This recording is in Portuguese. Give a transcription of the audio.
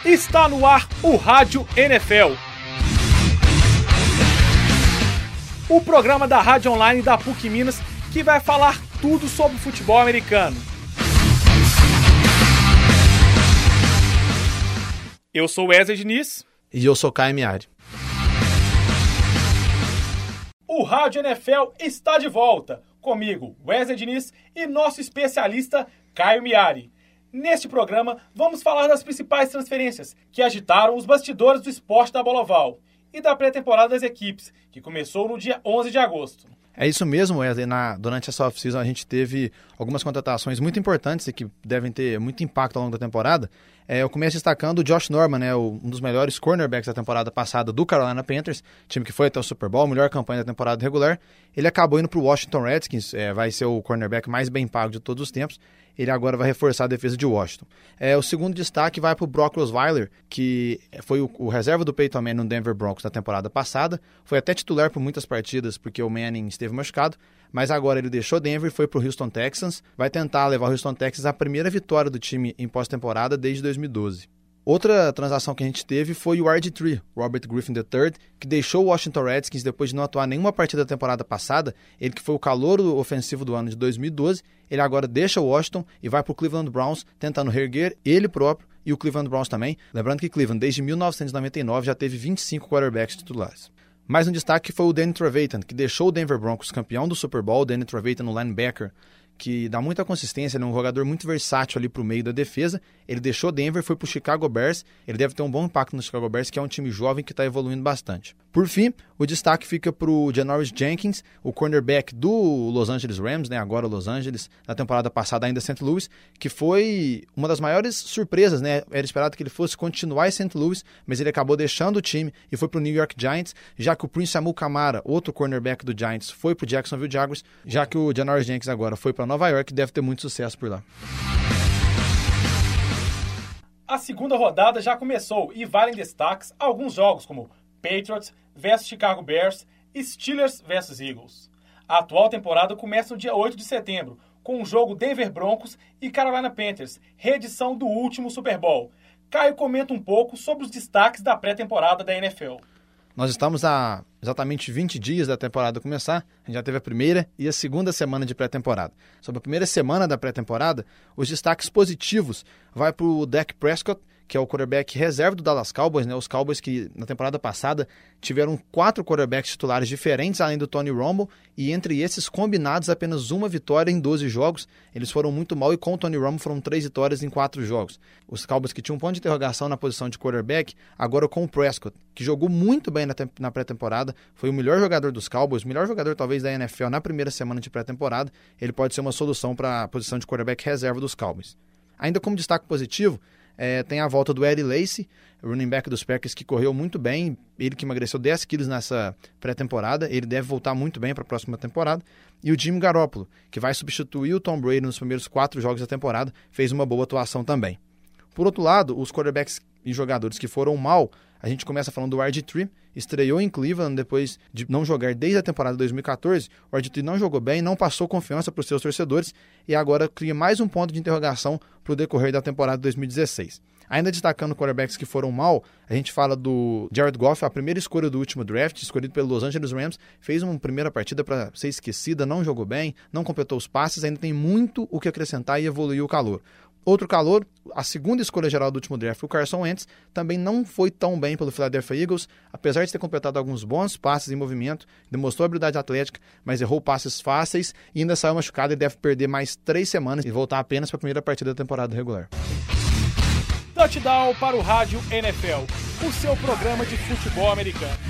Está no ar o Rádio NFL. O programa da Rádio Online da PUC Minas que vai falar tudo sobre futebol americano. Eu sou Wesley Diniz. E eu sou Caio Miari. O Rádio NFL está de volta. Comigo, Wesley Diniz, e nosso especialista, Caio Miari. Neste programa, vamos falar das principais transferências que agitaram os bastidores do esporte da bola oval e da pré-temporada das equipes, que começou no dia 11 de agosto. É isso mesmo, Wesley. Durante essa off-season a gente teve algumas contratações muito importantes e que devem ter muito impacto ao longo da temporada. Eu começo destacando o Josh Norman, um dos melhores cornerbacks da temporada passada do Carolina Panthers, time que foi até o Super Bowl, melhor campanha da temporada regular. Ele acabou indo para o Washington Redskins, vai ser o cornerback mais bem pago de todos os tempos. Ele agora vai reforçar a defesa de Washington. O segundo destaque vai para o Brock Osweiler, que foi o reserva do Peyton Manning no Denver Broncos na temporada passada. Foi até titular por muitas partidas, porque o Manning esteve machucado. Mas agora ele deixou Denver e foi para o Houston Texans. Vai tentar levar o Houston Texans à primeira vitória do time em pós-temporada desde 2012. Outra transação que a gente teve foi o RG3, Robert Griffin III, que deixou o Washington Redskins depois de não atuar nenhuma partida da temporada passada. Ele que foi o calouro ofensivo do ano de 2012, ele agora deixa o Washington e vai para o Cleveland Browns, tentando reerguer ele próprio e o Cleveland Browns também. Lembrando que Cleveland, desde 1999, já teve 25 quarterbacks titulares. Mais um destaque foi o Danny Trevathan, que deixou o Denver Broncos campeão do Super Bowl. Danny Trevathan, no linebacker, que dá muita consistência, ele é um jogador muito versátil ali para o meio da defesa. Ele deixou Denver, foi para o Chicago Bears. Ele deve ter um bom impacto no Chicago Bears, que é um time jovem que está evoluindo bastante. Por fim, o destaque fica para o Janoris Jenkins, o cornerback do Los Angeles Rams, agora Los Angeles, na temporada passada ainda St. Louis, que foi uma das maiores surpresas, Era esperado que ele fosse continuar em St. Louis, mas ele acabou deixando o time e foi para o New York Giants, já que o Prince Amukamara, outro cornerback do Giants, foi para o Jacksonville Jaguars, já que o Janoris Jenkins agora foi para Nova York, deve ter muito sucesso por lá. A segunda rodada já começou e valem destaques alguns jogos como Patriots vs Chicago Bears e Steelers vs Eagles. A atual temporada começa no dia 8 de setembro, com o jogo Denver Broncos e Carolina Panthers, reedição do último Super Bowl. Caio comenta um pouco sobre os destaques da pré-temporada da NFL. Nós estamos há exatamente 20 dias da temporada começar. A gente já teve a primeira e a segunda semana de pré-temporada. Sobre a primeira semana da pré-temporada, os destaques positivos vai para o Dak Prescott, que é o quarterback reserva do Dallas Cowboys, Os Cowboys que na temporada passada tiveram 4 quarterbacks titulares diferentes, além do Tony Romo, e entre esses combinados apenas uma vitória em 12 jogos. Eles foram muito mal e com o Tony Romo foram 3 vitórias em 4 jogos. Os Cowboys que tinham um ponto de interrogação na posição de quarterback, agora com o Prescott, que jogou muito bem na pré-temporada, foi o melhor jogador dos Cowboys, o melhor jogador talvez da NFL na primeira semana de pré-temporada. Ele pode ser uma solução para a posição de quarterback reserva dos Cowboys. Ainda como destaque positivo, tem a volta do Eddie Lacy, running back dos Packers, que correu muito bem, ele que emagreceu 10 quilos nessa pré-temporada, ele deve voltar muito bem para a próxima temporada. E o Jimmy Garoppolo, que vai substituir o Tom Brady nos primeiros 4 jogos da temporada, fez uma boa atuação também. Por outro lado, os quarterbacks e jogadores que foram mal, a gente começa falando do RG3, estreou em Cleveland depois de não jogar desde a temporada de 2014. O RG3 não jogou bem, não passou confiança para os seus torcedores e agora cria mais um ponto de interrogação para o decorrer da temporada de 2016. Ainda destacando quarterbacks que foram mal, a gente fala do Jared Goff, a primeira escolha do último draft, escolhido pelo Los Angeles Rams, fez uma primeira partida para ser esquecida, não jogou bem, não completou os passes, ainda tem muito o que acrescentar e evoluir o calor. Outro calor, a segunda escolha geral do último draft, o Carson Wentz, também não foi tão bem pelo Philadelphia Eagles, apesar de ter completado alguns bons passes em movimento, demonstrou habilidade atlética, mas errou passes fáceis e ainda saiu machucado e deve perder mais 3 semanas e voltar apenas para a primeira partida da temporada regular. Touchdown para o Rádio NFL, o seu programa de futebol americano.